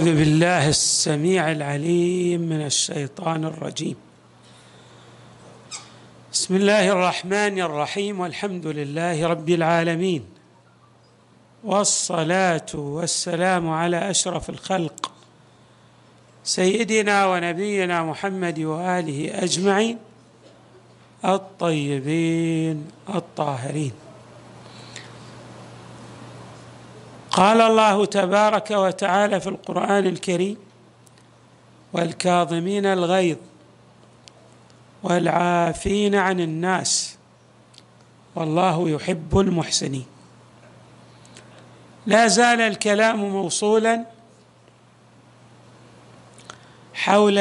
أعوذ بالله السميع العليم من الشيطان الرجيم. بسم الله الرحمن الرحيم، والحمد لله رب العالمين، والصلاة والسلام على أشرف الخلق سيدنا ونبينا محمد وآله أجمعين الطيبين الطاهرين. قال الله تبارك وتعالى في القرآن الكريم: والكاظمين الغيظ والعافين عن الناس والله يحب المحسنين. لا زال الكلام موصولا حول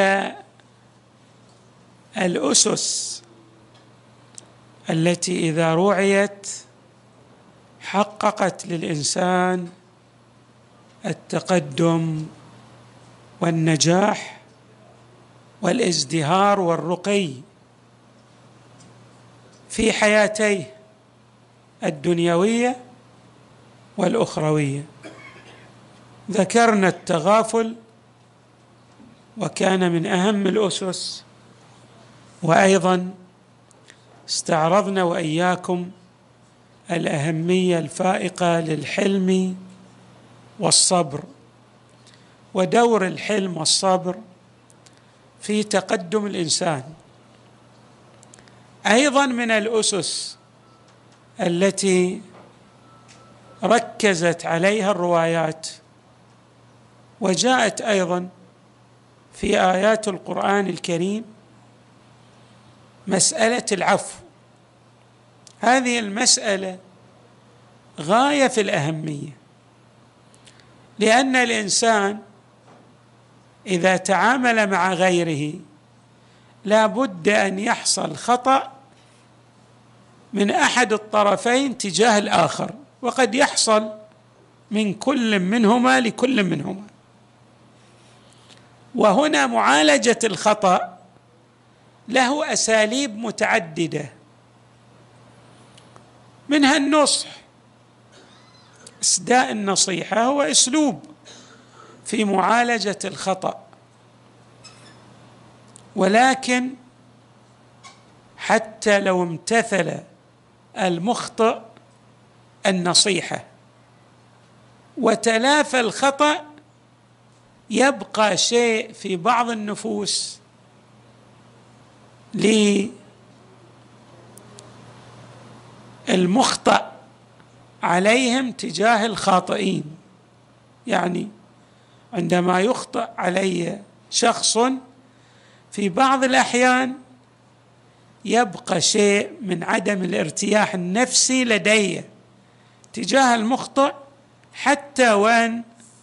الأسس التي إذا رعيت حققت للإنسان التقدم والنجاح والازدهار والرقي في حياتيه الدنيوية والأخروية. ذكرنا التغافل وكان من أهم الأسس، وأيضا استعرضنا وإياكم الأهمية الفائقة للحلم والصبر، ودور الحلم والصبر في تقدم الإنسان. أيضا من الأسس التي ركزت عليها الروايات وجاءت أيضا في آيات القرآن الكريم مسألة العفو. هذه المسألة غاية في الأهمية، لأن الإنسان إذا تعامل مع غيره لا بد أن يحصل خطأ من أحد الطرفين تجاه الآخر، وقد يحصل من كل منهما لكل منهما. وهنا معالجة الخطأ له أساليب متعددة، منها النصح. إسداء النصيحة هو أسلوب في معالجة الخطأ، ولكن حتى لو امتثل المخطئ النصيحة وتلافى الخطأ، يبقى شيء في بعض النفوس للمخطئ عليهم تجاه الخاطئين. يعني عندما يخطئ علي شخص في بعض الأحيان يبقى شيء من عدم الارتياح النفسي لدي تجاه المخطئ، حتى وأن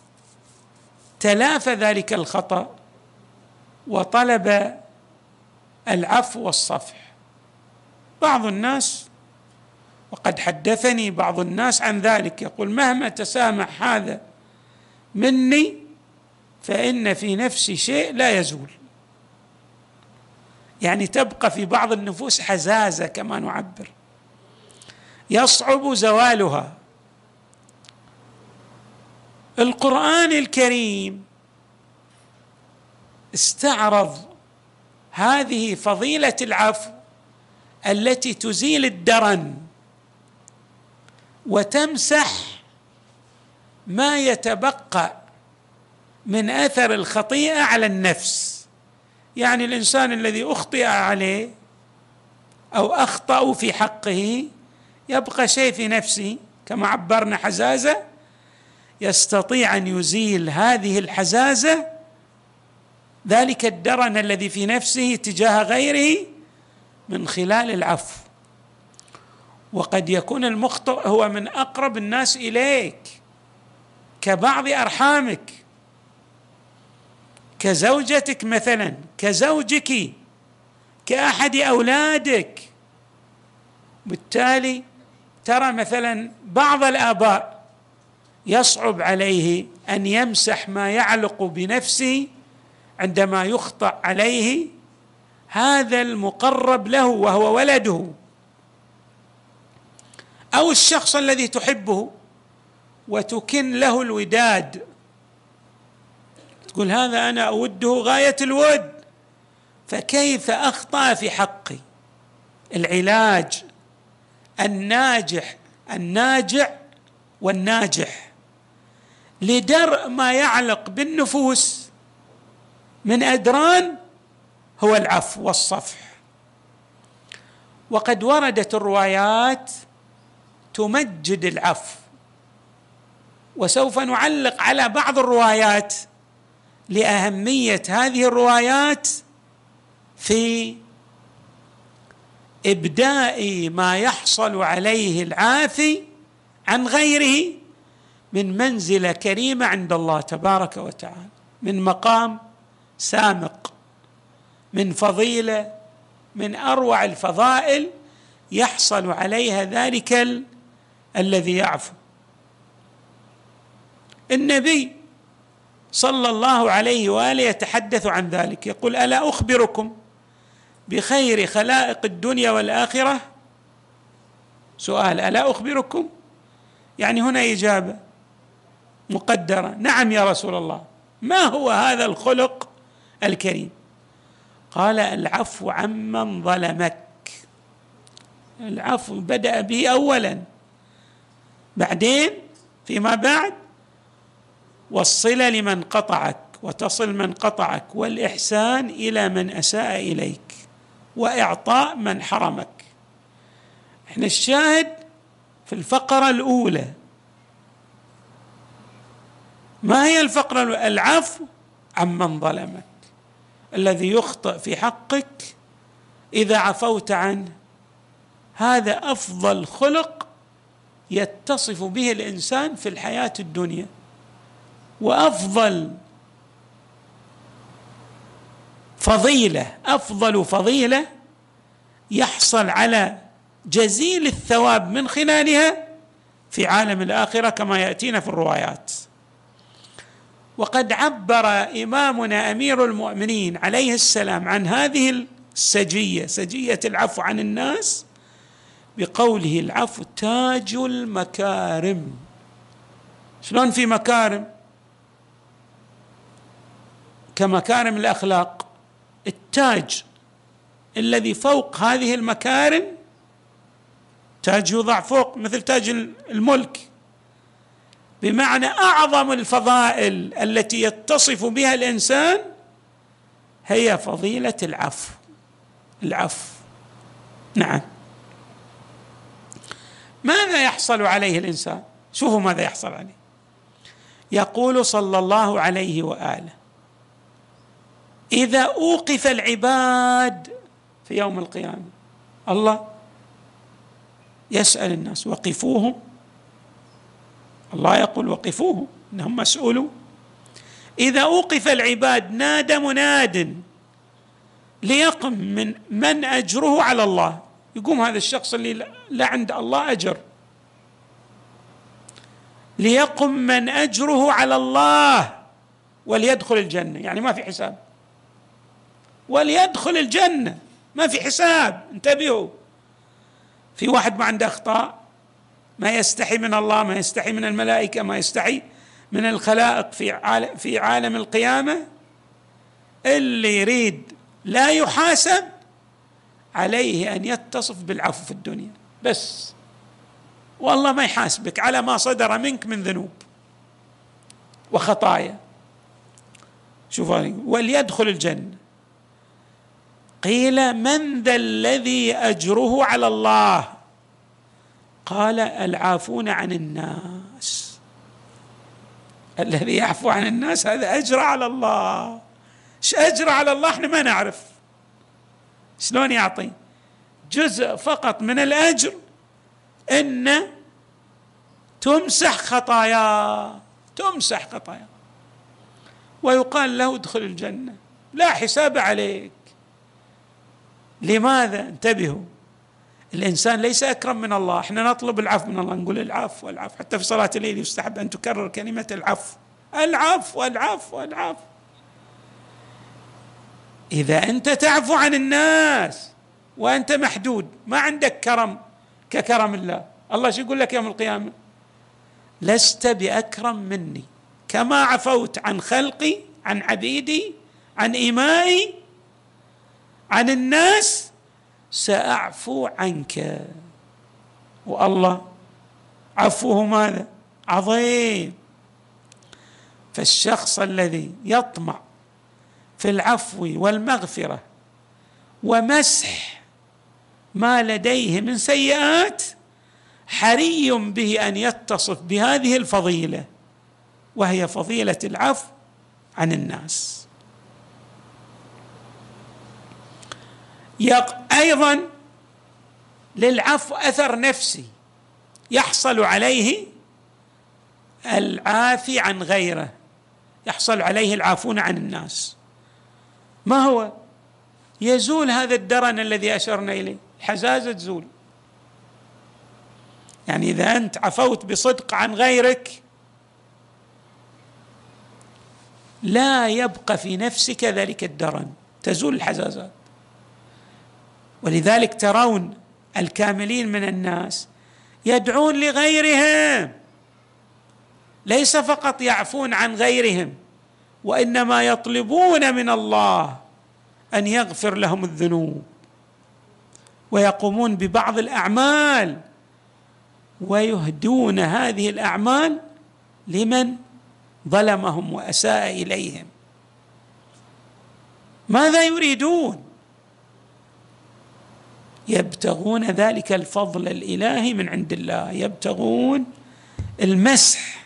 تلافى ذلك الخطأ وطلب العفو والصفح. بعض الناس، وقد حدثني بعض الناس عن ذلك، يقول: مهما تسامح هذا مني فإن في نفسي شيء لا يزول. يعني تبقى في بعض النفوس حزازة كما نعبر، يصعب زوالها. القرآن الكريم استعرض هذه فضيلة العفو التي تزيل الدرن وتمسح ما يتبقى من أثر الخطيئة على النفس. يعني الإنسان الذي أخطئ عليه أو أخطأ في حقه يبقى شيء في نفسه، كما عبرنا حزازة، يستطيع أن يزيل هذه الحزازة، ذلك الدرن الذي في نفسه تجاه غيره، من خلال العفو. وقد يكون المخطئ هو من أقرب الناس إليك، كبعض أرحامك، كزوجتك مثلا، كزوجك، كأحد أولادك. بالتالي ترى مثلا بعض الآباء يصعب عليه أن يمسح ما يعلق بنفسه عندما يخطأ عليه هذا المقرب له وهو ولده، أو الشخص الذي تحبه وتكن له الوداد تقول هذا أنا أوده غاية الود، فكيف أخطأ في حقي؟ العلاج الناجع والناجح لدرء ما يعلق بالنفوس من أدران هو العفو والصفح. وقد وردت الروايات تمجد العفو، وسوف نعلق على بعض الروايات لأهمية هذه الروايات في إبداء ما يحصل عليه العافي عن غيره من منزلة كريمة عند الله تبارك وتعالى، من مقام سامق، من فضيلة، من أروع الفضائل يحصل عليها ذلك الذي يعفو. النبي صلى الله عليه وآله يتحدث عن ذلك، يقول: ألا أخبركم بخير خلائق الدنيا والآخرة؟ سؤال: ألا أخبركم؟ يعني هنا إجابة مقدرة: نعم يا رسول الله. ما هو هذا الخلق الكريم؟ قال: العفو عمن ظلمك. العفو بدأ به أولا، بعدين فيما بعد والصلة لمن قطعك وتصل من قطعك، والإحسان إلى من أساء إليك، وإعطاء من حرمك. احنا الشاهد في الفقرة الأولى. ما هي الفقرة الأولى؟ العفو عمن ظلمك، الذي يخطئ في حقك إذا عفوت عنه. هذا أفضل خلق يتصف به الإنسان في الحياة الدنيا، وأفضل فضيلة يحصل على جزيل الثواب من خلالها في عالم الآخرة كما يأتينا في الروايات. وقد عبر إمامنا أمير المؤمنين عليه السلام عن هذه سجية العفو عن الناس بقوله: العفو تاج المكارم. شلون في مكارم كمكارم الأخلاق؟ التاج الذي فوق هذه المكارم تاج يوضع فوق، مثل تاج الملك، بمعنى أعظم الفضائل التي يتصف بها الإنسان هي فضيلة العفو. نعم. ماذا يحصل عليه الإنسان؟ شوفوا ماذا يحصل عليه. يقول صلى الله عليه وآله: إذا أوقف العباد في يوم القيامة، الله يسأل الناس: وقفوهم. الله يقول: وقفوهم إنهم مسؤولون. إذا أوقف العباد نادى مناد ليقم من أجره على الله. يقوم هذا الشخص اللي لا عند الله أجر، ليقم من أجره على الله وليدخل الجنة. يعني ما في حساب، وليدخل الجنة، ما في حساب. انتبهوا، في واحد ما عنده أخطاء، ما يستحي من الله، ما يستحي من الملائكة، ما يستحي من الخلائق في عالم القيامة. اللي يريد لا يحاسب عليه أن يتصف بالعفو في الدنيا بس، والله ما يحاسبك على ما صدر منك من ذنوب وخطايا. شوفوا: وليدخل الجنة. قيل: من ذا الذي أجره على الله؟ قال: العافون عن الناس. الذي يعفو عن الناس هذا أجر على الله. ايش أجر على الله؟ احنا ما نعرف شلون يعطي. جزء فقط من الأجر إن تمسح خطاياه، ويقال له: ادخل الجنة، لا حساب عليك. لماذا؟ انتبهوا، الإنسان ليس أكرم من الله. احنا نطلب العفو من الله، نقول العفو. حتى في صلاة الليل يستحب أن تكرر كلمة العفو. إذا أنت تعفو عن الناس وأنت محدود، ما عندك كرم ككرم الله، الله شو يقول لك يوم القيامة؟ لست بأكرم مني، كما عفوت عن خلقي عن عبيدي، عن إمائي، عن الناس، سأعفو عنك. والله عفوه ماذا؟ عظيم. فالشخص الذي يطمع في العفو والمغفرة ومسح ما لديه من سيئات حري به أن يتصف بهذه الفضيلة، وهي فضيلة العفو عن الناس. أيضا للعفو أثر نفسي يحصل عليه العافي عن غيره، يحصل عليه العافون عن الناس. ما هو؟ يزول هذا الدرن الذي أشرنا إليه، الحزازة تزول. يعني إذا أنت عفوت بصدق عن غيرك لا يبقى في نفسك ذلك الدرن، تزول الحزازات. ولذلك ترون الكاملين من الناس يدعون لغيرهم، ليس فقط يعفون عن غيرهم، وإنما يطلبون من الله أن يغفر لهم الذنوب، ويقومون ببعض الأعمال ويهدون هذه الأعمال لمن ظلمهم وأساء إليهم. ماذا يريدون؟ يبتغون ذلك الفضل الإلهي من عند الله، يبتغون المسح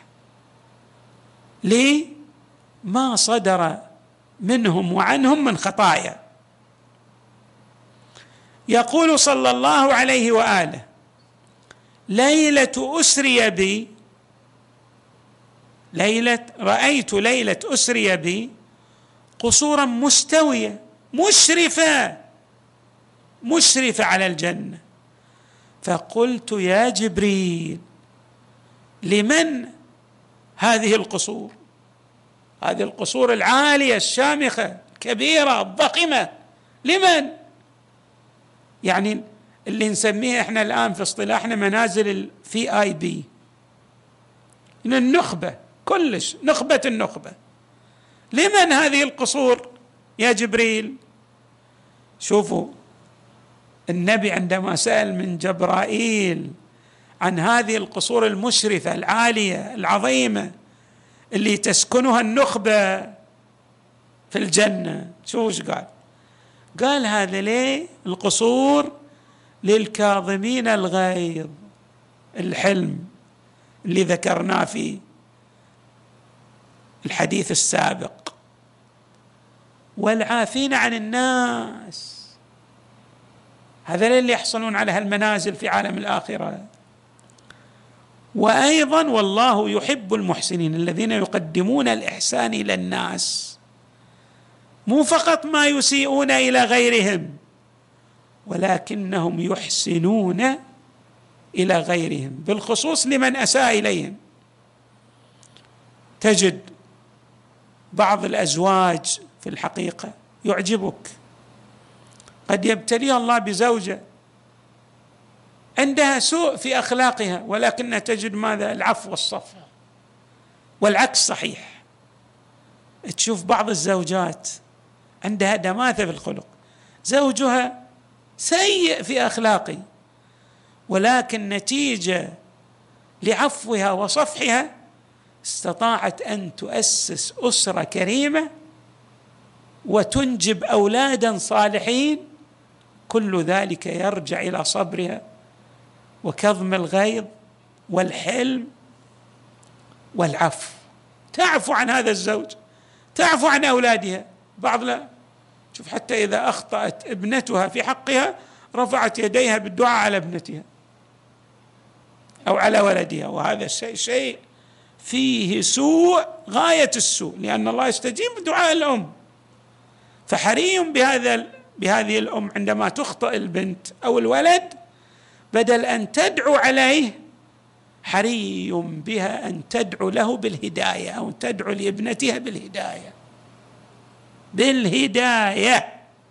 لما صدر منهم وعنهم من خطايا. يقول صلى الله عليه وآله: ليلة أسري بي، رأيت ليلة أسري بي قصورا مستوية مشرفة على الجنة، فقلت يا جبريل لمن هذه القصور؟ هذه القصور العالية الشامخة الكبيرة الضخمة لمن؟ يعني اللي نسميه احنا الآن في اصطلاحنا منازل VIP، من النخبة، كلش نخبة النخبة. لمن هذه القصور يا جبريل؟ شوفوا النبي عندما سأل من جبرائيل عن هذه القصور المشرفة العالية العظيمة اللي تسكنها النخبة في الجنة، شو وش قال؟ قال هذا ليه القصور للكاظمين الغيظ، الحلم اللي ذكرناه في الحديث السابق، والعافين عن الناس، هذا اللي يحصلون على هالمنازل في عالم الآخرة. وأيضا والله يحب المحسنين الذين يقدمون الإحسان إلى الناس، مو فقط ما يسيئون إلى غيرهم ولكنهم يحسنون إلى غيرهم، بالخصوص لمن أساء إليهم. تجد بعض الأزواج في الحقيقة يعجبك، قد يبتليها الله بزوجة عندها سوء في أخلاقها، ولكنها تجد ماذا؟ العفو والصفح. والعكس صحيح، تشوف بعض الزوجات عندها دماثة في الخلق، زوجها سيء في أخلاقه، ولكن نتيجة لعفوها وصفحها استطاعت أن تؤسس أسرة كريمة وتنجب أولادا صالحين. كل ذلك يرجع إلى صبرها وكظم الغيظ والحلم والعفو. تعفو عن هذا الزوج، تعفو عن أولادها. بعض لا، شوف حتى إذا أخطأت ابنتها في حقها رفعت يديها بالدعاء على ابنتها أو على ولدها، وهذا شيء فيه سوء غاية السوء، لأن الله يستجيب دعاء الأم. فحري بهذه الأم عندما تخطئ البنت أو الولد، بدل أن تدعو عليه حري بها أن تدعو له بالهداية، أو تدعو لابنتها بالهداية.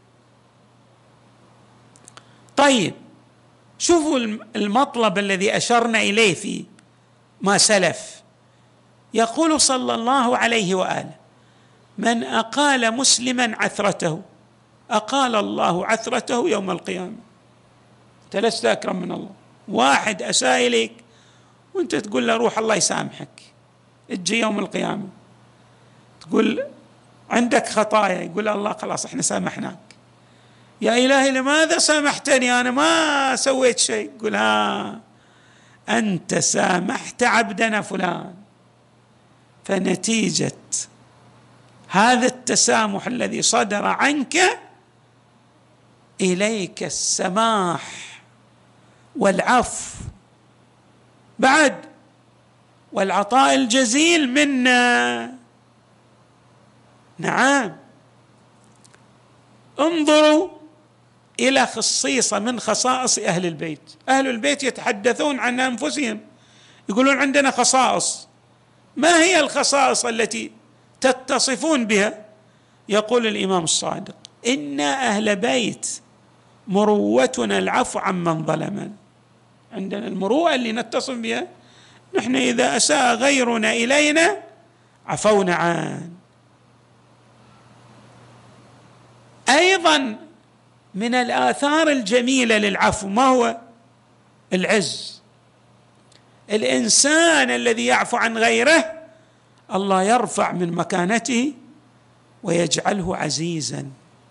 طيب شوفوا المطلب الذي أشرنا إليه في ما سلف. يقول صلى الله عليه وآله: من أقال مسلما عثرته أقال الله عثرته يوم القيامة. أنت لست أكرم من الله. واحد أساء إليك وأنت تقول له روح الله يسامحك، تجي يوم القيامة تقول عندك خطايا، يقول الله خلاص احنا سامحناك. يا إلهي لماذا سامحتني، أنا ما سويت شيء. يقول أنت سامحت عبدنا فلان، فنتيجة هذا التسامح الذي صدر عنك إليك السماح والعفو بعد والعطاء الجزيل منا. نعم، انظروا إلى خصيصة من خصائص أهل البيت. أهل البيت يتحدثون عن أنفسهم، يقولون عندنا خصائص. ما هي الخصائص التي تتصفون بها؟ يقول الإمام الصادق: إنا أهل بيت مروتنا العفو عمن ظلمنا. عندنا المروءة اللي نتصف بها، نحن إذا أساء غيرنا إلينا عفونا عنه. أيضا من الآثار الجميلة للعفو ما هو؟ العز. الإنسان الذي يعفو عن غيره الله يرفع من مكانته ويجعله عزيزا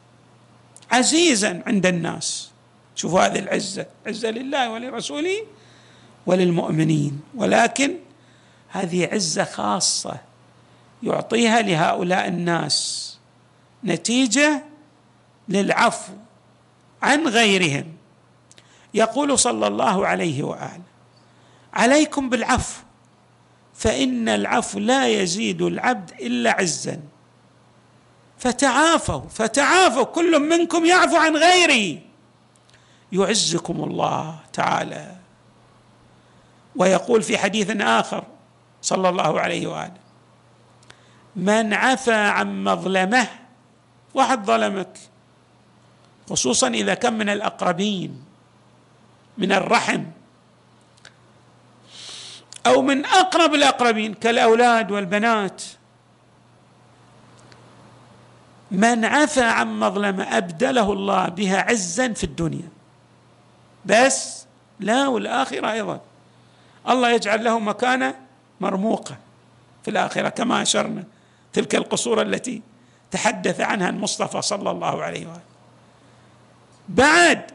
عند الناس. شوفوا هذه العزة، عزة لله ولرسوله وللمؤمنين، ولكن هذه عزة خاصة يعطيها لهؤلاء الناس نتيجة للعفو عن غيرهم. يقول صلى الله عليه وآله: عليكم بالعفو فإن العفو لا يزيد العبد إلا عزا. فتعافوا كل منكم يعفو عن غيره يعزكم الله تعالى. ويقول في حديث آخر صلى الله عليه وآله: من عفا عن مظلمه، واحد ظلمك خصوصا إذا كان من الأقربين من الرحم أو من أقرب الأقربين كالأولاد والبنات، من عفا عن مظلمة أبدله الله بها عزا في الدنيا بس لا والآخرة أيضا. الله يجعل له مكانة مرموقة في الآخرة كما أشرنا، تلك القصور التي تحدث عنها المصطفى صلى الله عليه وآله. بعد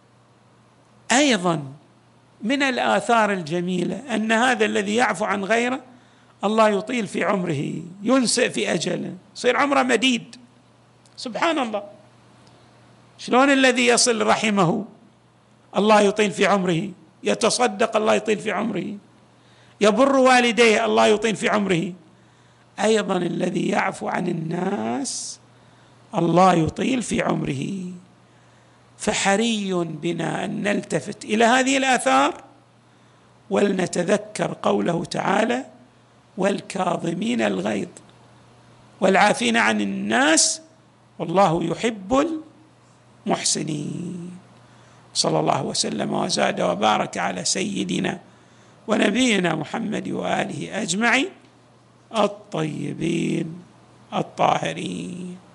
أيضا من الآثار الجميلة أن هذا الذي يعفو عن غيره الله يطيل في عمره، ينسئ في أجله، يصير عمره مديد. سبحان الله، شلون الذي يصل رحمه الله يطيل في عمره، يتصدق الله يطيل في عمره، يبر والديه الله يطيل في عمره. أيضا الذي يعفو عن الناس الله يطيل في عمره. فحري بنا أن نلتفت إلى هذه الآثار ولنتذكر قوله تعالى: والكاظمين الغيظ والعافين عن الناس والله يحب المحسنين. صلى الله وسلم وزاد وبارك على سيدنا ونبينا محمد وآله أجمعين الطيبين الطاهرين.